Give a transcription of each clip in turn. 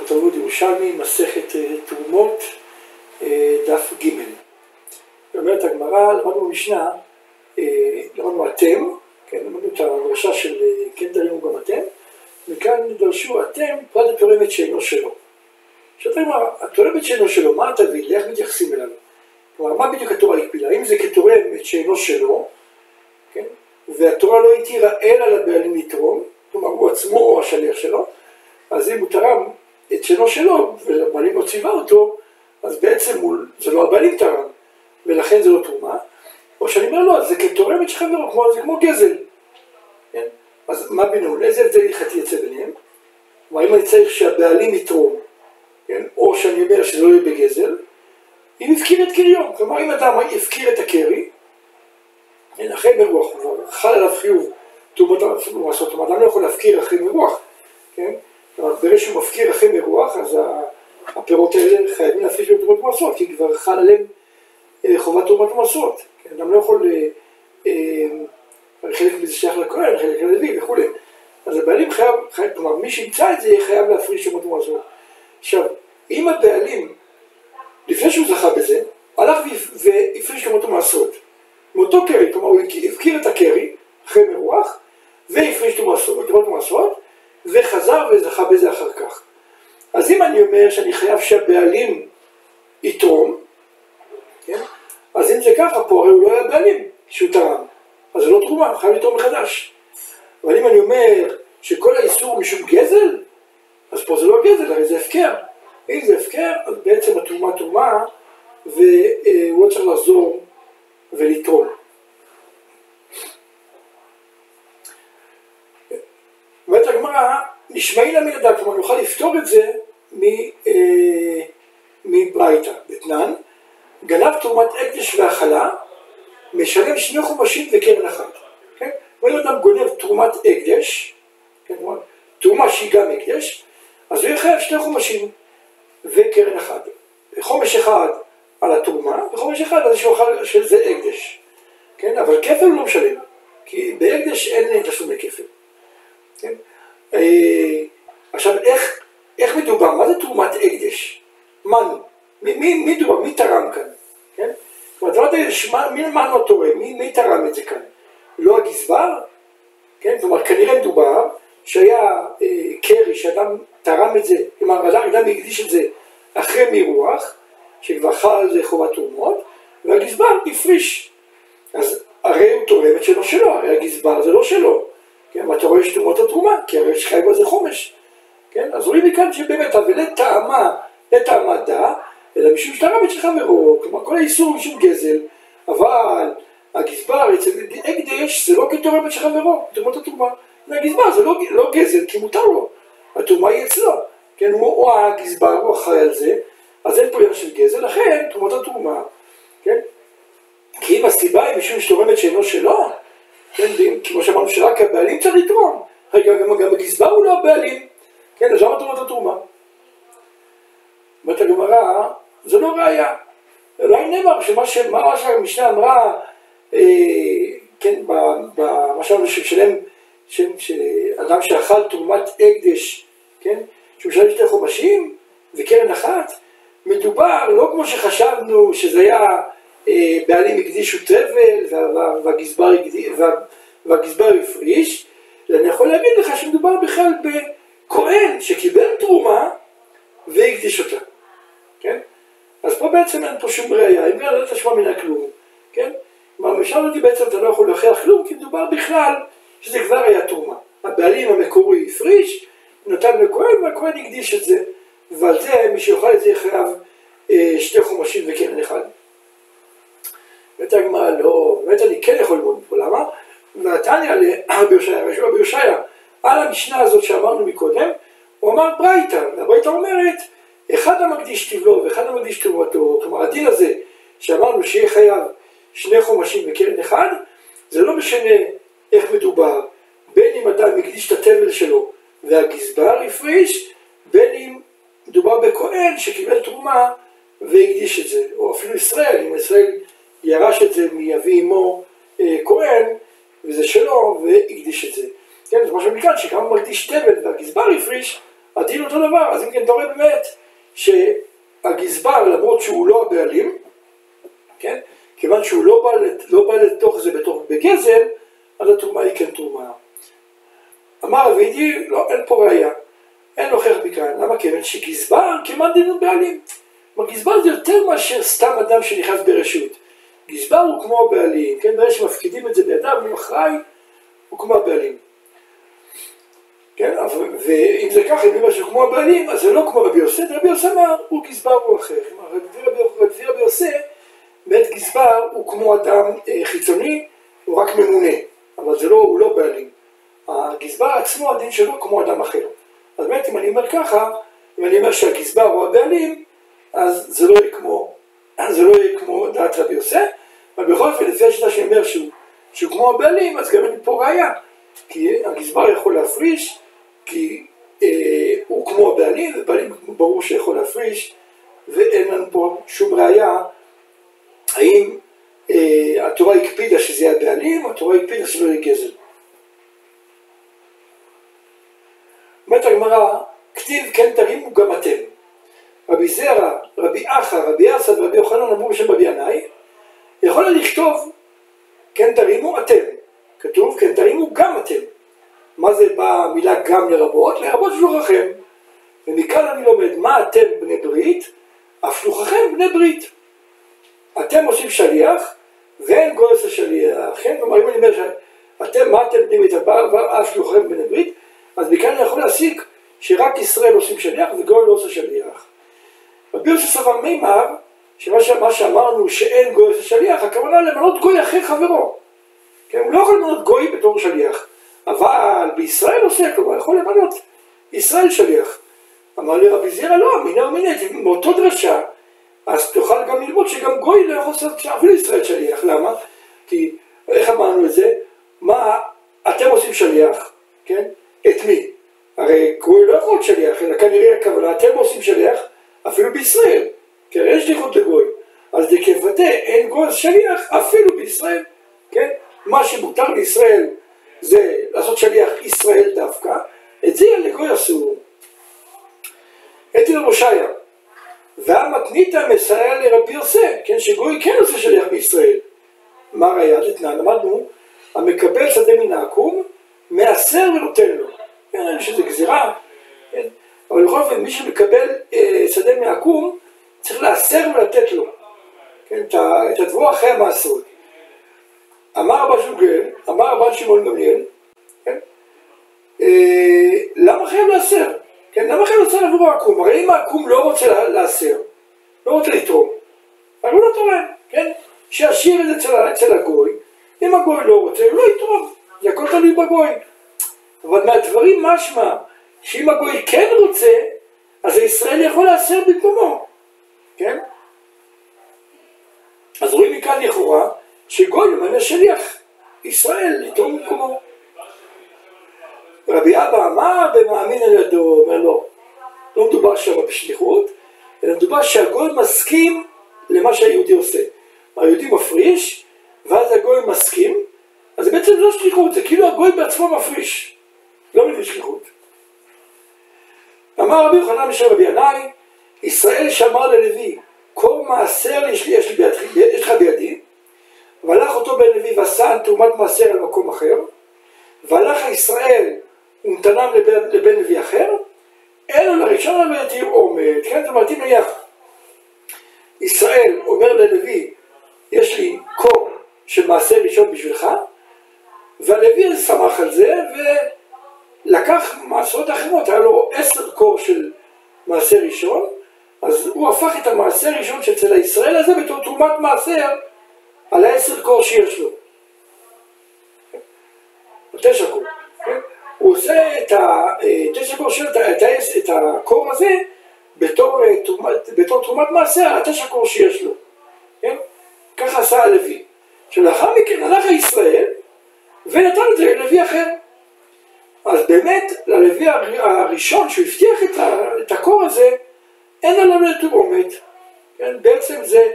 אנחנו תלמוד ירושלמי, מסכת תרומות, דף ג'. אומרת הגמרא, למדנו במשנה, למדנו אתם, כן, למדנו את הדרשה של כן תרימו גם אתם, וכאן דרשו אתם פרט התורמת שאינו שלו. שאתה אומר, התורמת שאינו שלו, מה אתה תביא? איך מתייחסים אליו? כלומר, מה בדיוק התורה הקבילה? אם זה כתורמת שאינו שלו, כן, והתורה לא התירה אלא לבעלים לתרום, כלומר הוא עצמו או השליח שלו, אז אם הוא תרם את שאינו שלו, והבעלים לא ציווה אותו, אז בעצם זה לא הבעלים תרם, ולכן זה לא תרומה, או שאני אומר לו, זה כתורמת שחברו, זה כמו גזל. כן? אז מה בינינו? איזה הבדל הלכתי יצא ביניהם? כלומר, אם אני צריך שהבעלים יתרום, כן? או שאני אומר שזה לא יהיה בגזל, אם הפקיר את קריון, כלומר, אם אדם הפקיר את הקרי, אחרי מרוח, חל עליו חיוב, תרומות, אדם לא יכול להפקיר אחרי מרוח, כן? כלומר, ברגע שהוא מפקיר אחרי מרוח, אז הפירות האלה חייבים להפריש בתרומות ומעשרות, כי כבר חל עליהם חובת תרומות ומעשרות. אדם לא יכול, חלק מזה שייך לכהן, חלק ללוי וכו'. אז הבעלים חייב, כלומר, מי שימצא את זה יהיה חייב להפריש תרומות ומעשרות. עכשיו, אם הבעלים, לפני שהוא זכה בזה, הלך והפריש תרומות ומעשרות, מאותו קרי, כלומר, הוא הפקיר את הקרי, אחרי מרוח, והפריש תרומות ומעשרות, וחזר וזכה בזה אחר כך. אז אם אני אומר שאני חייב שהבעלים יתרום, כן? אז אם זה ככה, פה הרי הוא לא היה בעלים שהוא תרם, אז זה לא תרומה, הוא חייב לתרום מחדש. אבל אם אני אומר שכל האיסור משום גזל, אז פה זה לא גזל, הרי זה הפקר. אם זה הפקר, אז בעצם התרומה תרומה, והוא לא צריך לחזור ולתרום. ואת הגמרא, נשמעי לה מלדע, כלומר נוכל לפתור את זה מברייתא. בתנן, גנב תרומת הקדש והאכלה, משלם 2 חומשים וקרן אחת. כן? אם אדם גונב תרומת הקדש, כן? תרומה שהיא גם הקדש, אז הוא יחייב 2 חומשים וקרן אחת. חומש אחד על התרומה, וחומש אחד על איזשהו אכל שזה הקדש. כן? אבל כפל הוא לא משלם, כי בהקדש אין תשלומי כפל. כן? עכשיו, איך מדובר? מה זה תרומת הקדש? מי מדובר? מי תרם כאן? כן? זאת אומרת, מה לא תורם? מי תרם את זה כאן? לא הגזבר? כן? זאת אומרת, כנראה מדובר שהיה קרי שאדם תרם את זה, כלומר, אדם הקדיש את זה אחרי מרוח, שכבר חל על זה חובת תרומות, והגזבר הפריש. אז הרי הוא תורם את שלו, הרי הגזבר זה לא שלו. כן, ואתה רואה שתרומות התרומה, כי הרי יש חייב בזה חומש. כן, אז רואים מכאן שבאמת, לטעמה דע, אלא משום שתרם את של חברו, כלומר כל האיסור משום גזל, אבל הגזבר אצל הקדש זה לא כתורם את של חברו, תרומות התרומה. והגזבר זה לא גזל, כי מותר לו, התרומה היא אצלו. כן, הוא הגזבר, הוא אחראי על זה, אז אין פה עניין של גזל, לכן תרומות התרומה. כן, כי אם הסיבה היא משום שתורמת שאינו שלו, כן, כמו שאמרנו שרק הבעלים צריך לתרום, גם הגזבר הוא לא הבעלים, כן, אז למה תרומות התרומה? אומרת הגמרא, זה לא ראיה, אולי נאמר שמה שהמשנה אמרה, כן, במה שאמרנו שמשלם, שאדם שאכל תרומת הקדש, כן, שהוא משלם 2 חומשים וקרן אחת, מדובר לא כמו שחשבנו שזה היה בעלים הקדישו תבל והגזבר הפריש, אלא אני יכול להגיד לך שמדובר בכלל בכהן שקיבל תרומה והקדיש אותה. כן? אז פה בעצם אין פה שום ראייה, אם לא תשמע מן הכלום. כן? במשל אותי בעצם אתה לא יכול להוכיח כלום, כי מדובר בכלל שזה כבר היה תרומה. הבעלים המקורי הפריש, נתן לכהן והכהן הקדיש את זה, ועל זה מי שיוכל את זה חייב 2 חומשים וקרן אחד. באמת הגמרא לא, באמת אני כן יכול ללמוד פה, למה? ונתניה לרבי יושעיה, על המשנה הזאת שאמרנו מקודם, הוא אמר ברייתא, והברייתא אומרת, אחד המקדיש תבלו ואחד המקדיש תרומתו, כלומר הדין הזה שאמרנו שיהיה חייב 2 חומשים וקרן אחד, זה לא משנה איך מדובר, בין אם אדם מקדיש את התבל שלו והגזבר הפריש, בין אם מדובר בכהן שקיבל תרומה והקדיש את זה, או אפילו ישראל, אם ישראל ירש את זה מאבי אמו כהן, וזה שלו, והקדיש את זה. כן, זה משהו מכאן, שגם מקדיש תבל והגזבר הפריש, הדין אותו דבר. אז אם כן, אתה רואה באמת שהגזבר, למרות שהוא לא הבעלים, כן? כיוון שהוא לא בא לתוך זה בגזל, אז התרומה היא כן תרומה. אמר רבידי, לא, אין פה ראייה, אין להוכיח מכאן. למה? כיוון שגזבר כמעט דין בעלים. גזבר זה יותר מאשר סתם אדם שנכנס ברשות. גזבר הוא כמו הבעלים, כן? ברגע שמפקידים את זה בידיו, הוא אחראי, הוא כמו הבעלים. כן? ואם זה ככה, אם משהו כמו הבעלים, אז זה לא כמו רבי יוסי. רבי יוסי אמר, הוא גזבר הוא אחר. רבי יוסי, בית גזבר הוא כמו אדם חיצוני, הוא רק ממונה, אבל הוא לא בעלים. הגזבר עצמו, הדין שלו כמו אדם אחר. אז באמת, אם אני אומר ככה, אם אני אומר שהגזבר הוא הבעלים, אז זה לא יהיה כמו דעת רבי יוסי, אבל בכל אופן, לפי השיטה שאני אומר שהוא כמו הבעלים, אז גם אין פה ראייה, כי הגזבר יכול להפריש, כי הוא כמו הבעלים, ובעלים ברור שיכול להפריש, ואין לנו פה שום ראייה, האם התורה הקפידה שזה יהיה הבעלים, או התורה הקפידה שזה לא יהיה גזל. אומרת הגמרא, כתיב כן תרימו גם אתם. רבי זרע, רבי אחא, רבי אסד ורבי יוחנן אמרו בשם רבי ינאי, יכולה לכתוב כן תרימו אתם. כתוב כן תרימו גם אתם. מה זה במילה גם לרבות? לרבות שלוחכם. ומכאן אני לומד, מה אתם בני ברית? אף שלוחכם בני ברית. אתם עושים שליח, ואין גוי עושה שליח. כן? כלומר, אם אני אומר שאתם, מה אתם בני ברית? אף שלוחכם בני ברית, אז מכאן אני יכול להסיק שרק ישראל עושים שליח וגוי לא עושה שליח. רבי יוסי סבר מימר, שמה שאמרנו שאין גוי עושה שליח, הכוונה למנות גוי אחר חברו. כן? הוא לא יכול למנות גוי בתור שליח, אבל בישראל עושה, כלומר, יכול למנות ישראל שליח. אמר לי רבי זירא, לא, מינה ומינית, מאותו דרשה, אז תוכל גם ללמוד שגם גוי לא יכול לעשות אפילו ישראל שליח. למה? כי, איך אמרנו את זה? מה, אתם עושים שליח, כן? את מי? הרי גוי לא יכול להיות שליח, אלא כנראה הכוונה, אתם עושים שליח אפילו בישראל, כי הרי אין שליחות לגוי. אז כבטא, אין גוי שליח אפילו בישראל, כן? מה שמותר לישראל זה לעשות שליח ישראל דווקא, את זה לגוי אסור. אתי לראשיה, והמתניתא מסייע לרבי יוסי, כן, שגוי כן עושה שליח בישראל. מה ראיה? דתנן, למדנו, המקבל שדה מן העקום, מעשר ונותן לו. כן, שזה גזירה, כן? אבל בכל אופן, מי שמקבל שדה מהעקום, צריך לעשר ולתת לו, כן, את הדבורה אחרי המעשרות. אמר רבן שוגל, אמר רבן שמעון גמליאל, כן? למה חייב לעשר? כן, למה חייב לעשר עבור העקום? הרי אם העקום לא רוצה לעשר, לא רוצה לתרום, הרי הוא לא תורם, כן? שישאיר את זה אצל הגוי, אם הגוי לא רוצה, הוא לא יתרום, זה הכל תלוי בגוי. אבל מהדברים משמע, שאם הגוי כן רוצה, אז הישראל יכול לעשר במקומו, כן? אז רואים מכאן לכאורה, שגוי ממנה שליח ישראל לתרום במקומו. רבי אבא אמר במאמין על ידו, אומר לו, לא מדובר שם בשליחות, אלא מדובר שהגוי מסכים למה שהיהודי עושה. היהודי מפריש, ואז הגוי מסכים, אז בעצם לא שליחות, זה כאילו הגוי בעצמו מפריש, לא מביא שליחות. אמר רבי יוחנן בשם רבי ינאי, ישראל שמר ללוי, קור מעשר יש לך בידי, והלך אותו בן לוי ועשה תרומת מעשר על מקום אחר, והלך ישראל ונתנם לבן לוי אחר, אלו לראשון על ביתיר עומד, כן? זאת אומרת, אם נניח, ישראל אומר ללוי, יש לי קור של מעשר ראשון בשבילך, והלוי הזה שמח על זה, ולקח מעשרות אחרות, היה לו 10 קור של מעשר ראשון, אז הוא הפך את המעשר ראשון שאצל הישראל הזה בתור תרומת מעשר, על 10 קור שיש לו. 9 קור. כן? הוא עושה את 9 קור שלו, את הקור הזה, בתור תרומת מעשר, על 9 קור שיש לו. כן? ככה עשה הלוי. שלאחר מכן הלך לישראל, ונתן את זה ללוי אחר. אז באמת, ללוי הראשון שהוא הבטיח את הקור הזה, אין עליו לתרומת. כן? בעצם זה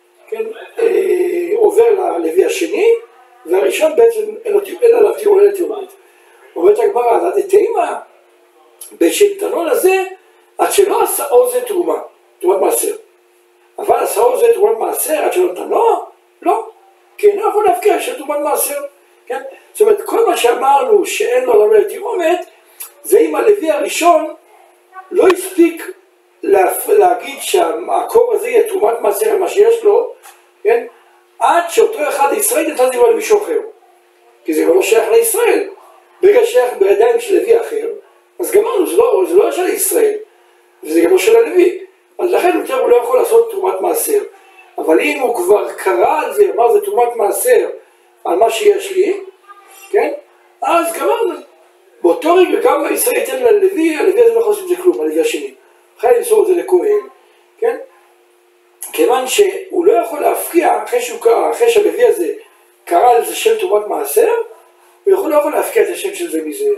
עובר ללוי השני, והראשון בעצם אין עליו תרומת. אומרת הגמרא, אז תימא, בשלטנו לזה, עד שלא עשאו זה תרומה, תרומת מעשר. אבל עשאו זה תרומת מעשר, עד שלא נתנו, לא. כי אינו יכול להפקיע של תרומת מעשר. כן? זאת אומרת, כל מה שאמרנו שאין לו עולם לתרעומת, זה אם הלוי הראשון לא הספיק להגיד שהקור הזה יהיה תרומת מעשר על מה שיש לו, כן? עד שאותו אחד לישראל נתן דיבר למישהו אחר. כי זה לא שייך לישראל. ברגע שייך בידיים של לוי אחר, אז גמרנו, זה לא של ישראל, וזה גם לא של הלוי. אז לכן הוא לא יכול לעשות תרומת מעשר. אבל אם הוא כבר קרא על זה, אמר זה תרומת מעשר על מה שיש לי, כן? אז גמרנו. באותו רגע גם ישראל ייתן ללוי, הלוי הזה לא יכול לעשות עם זה כלום, הלוי השני. אחרי למסור את זה לכהן, כן? כיוון שהוא לא יכול להפקיע, אחרי שהלוי הזה קרא על זה שם תרומת מעשר, הוא לא יכול להפקיע את השם של זה מזה.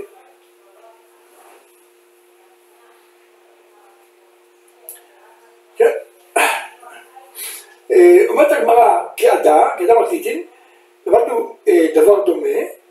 כן? אומרת הגמרא, כאדם מקליטין, למדנו דבר דומה,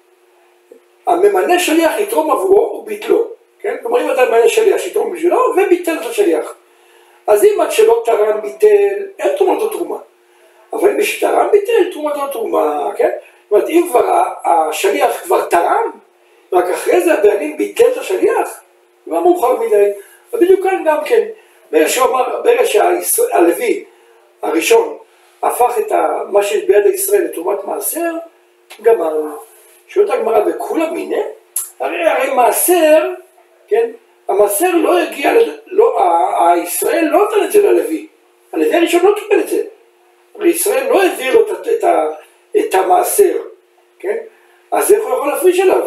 הממנה שליח יתרום עבורו וביטלו, כן? כלומר אם אתה ממנה שליח שיתרום בשבילו וביטל את השליח. אז אם עד שלא תרם ביטל, אין תרומתו תרומה. אבל אם שתרם ביטל, תרומתו תרומה, כן? זאת אומרת, אם כבר השליח כבר תרם, רק אחרי זה הבעלים ביטל את השליח, זה לא מאוחר מדי. ובדיוק כאן גם כן, ברגע שהלוי הראשון הפך את מה שיש ביד ישראל לתרומת מעשר, גמרנו. שואלת הגמרא וכולם מיני, הרי מעשר, כן? המעשר לא הגיע, הישראל לא נתן את זה ללוי. הלוי הראשון לא קיבל את זה. הרי ישראל לא העביר לו את המעשר, כן? אז איך הוא יכול להפריש עליו?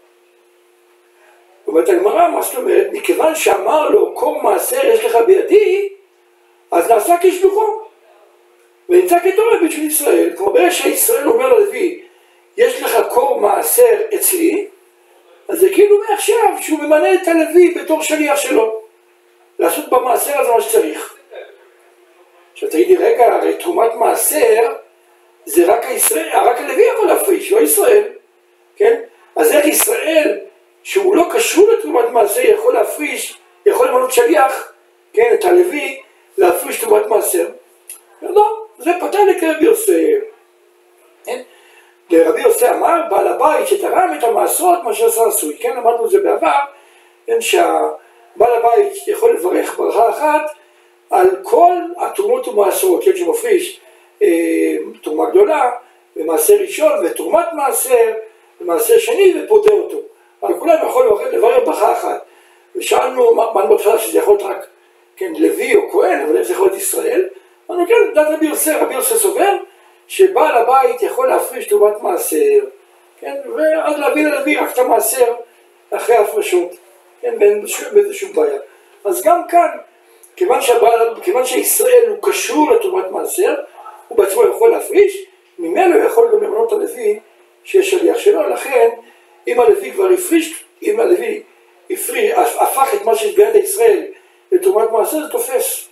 אומרת הגמרא, מה זאת אומרת? מכיוון שאמר לו, קור מעשר יש לך בידי, אז נעשה כשלוחו. ונמצא כתורה בשביל ישראל. כמו ברגע שישראל אומר ללוי, יש לך קור מעשר אצלי, אז זה כאילו מעכשיו שהוא ממנה את הלוי בתור שליח שלו. לעשות במעשר הזה מה שצריך. עכשיו תגידי, רגע, הרי תרומת מעשר, זה רק הלוי יכול להפריש, לא ישראל. כן? אז איך ישראל, שהוא לא קשור לתרומת מעשר, יכול להפריש, יכול למנות שליח, כן, את הלוי, להפריש תרומת מעשר? לא, זה פתר לרבי יוסף. כן? לרבי יוסף אמר, בעל הבית שתרם את המעשרות, מה שעשה עשוי. כן, אמרנו את זה בעבר, כן, שהבעל הבית יכול לברך ברכה אחת, על כל התרומות ומעשרות, כן, שמפריש תרומה גדולה, ומעשר ראשון, ותרומת מעשר, ומעשר שני, ופודה אותו. אבל כולם יכול לברך ברכה אחת. ושאלנו, מה בהתחלה שזה יכול להיות רק, כן, לוי או כהן, אבל איך זה יכול להיות ישראל? אמרנו, כן, דעת רבי יוסף סובר, שבעל הבית יכול להפריש תרומת מעשר, כן, ואז להביא ללוי רק את המעשר אחרי ההפרשות, כן, ואין שום בעיה. אז גם כאן, כיוון שישראל הוא קשור לתרומת מעשר, הוא בעצמו יכול להפריש, ממנו הוא יכול גם למנות הלוי שיש שליח שלו, לכן אם הלוי כבר הפריש, אם הלוי הפך את מה שיש ביד ישראל לתרומת מעשר, זה תופס.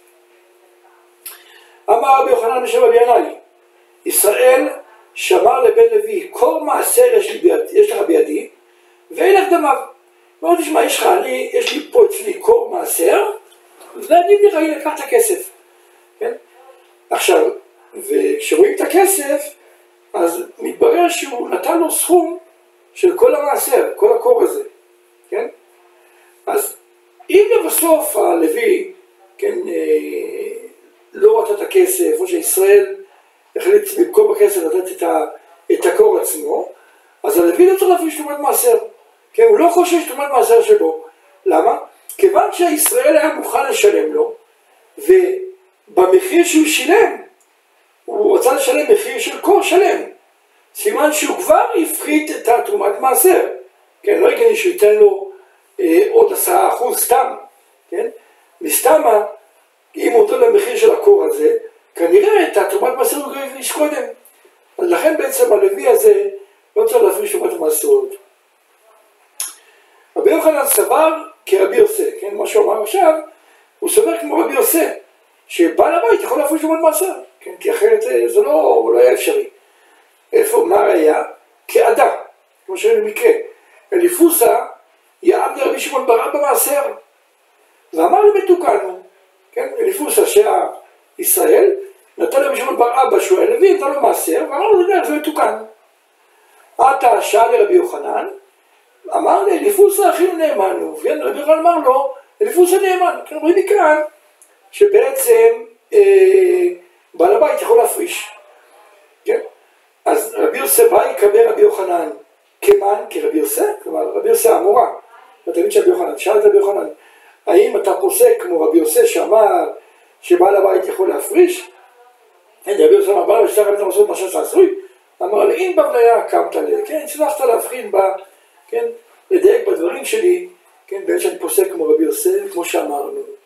אמר רבי יוחנן בשם רבי ינאי, ישראל שמר לבן לוי, קור מעשר יש לך בידי, ואילך דמיו. מאוד תשמע, יש לי פה אצלי קור מעשר, ואני לקח את הכסף. כן? עכשיו, וכשרואים את הכסף, אז מתברר שהוא נתן לו סכום של כל המעשר, כל הקור הזה. כן? אז אם לבסוף הלוי, כן, לא רצה את הכסף, או שישראל החליט במקום הכסף לתת את הקור עצמו, אז הלוי לא צריך להפריש תרומת מעשר. כן, הוא לא חושש תרומת מעשר שבו. למה? כיוון שהישראל היה מוכן לשלם לו, ובמחיר שהוא שילם, הוא רצה לשלם מחיר של קור שלם. סימן שהוא כבר הפחית את התרומת מעשר. כן, לא הגיוני שהוא ייתן לו עוד 10% סתם. כן? מסתם, אם הוא נותן למחיר של הקור הזה, כנראה את התרומת מעשר הוא כבר הפריש קודם. אז לכן בעצם הלוי הזה לא צריך להפריש תרומת מעשרות. רבי יוחנן סבר כרבי יוסף, כן? מה שהוא אמר עכשיו, הוא סבר כמו רבי יוסף, שבעל הבית יכול להפריש תרומת מעשר, כן? כי אחרת זה לא היה אפשרי. איפה, מה היה? כאדם, כמו שראינו במקרה. אליפוסה יעם לרבי שמעון בר אבא מעשר, ואמר למתוקנו, כן, אליפוס השעה ישראל, נתן לרבי שמעון בר אבא שהוא הלוי, נתן לו מעשר, ואמר לו, זה מתוקן. עתה שאל לרבי יוחנן, אמר לאליפוס האחינו נאמנו, ורבי יוחנן אמר לו, אליפוס הנאמן, כן, אומרים מכאן, שבעצם בעל הבית יכול להפריש, כן? אז רבי יוסי בא יקבל רבי יוחנן כמן, כרבי יוסי, כלומר רבי יוסי המורה, התלמיד של רבי יוחנן, שאל את רבי יוחנן, האם אתה פוסק כמו רבי יוסי שאמר שבעל הבית יכול להפריש? רבי יוסי אמר, בעל הבית אתה לעשות משהו שעשוי? אמר לי, אם בבליה קמת לי, כן, הצלחת להבחין בה, כן, לדייק בדברים שלי, כן, באמת שאני פוסק כמו רבי יוסי, כמו שאמרנו.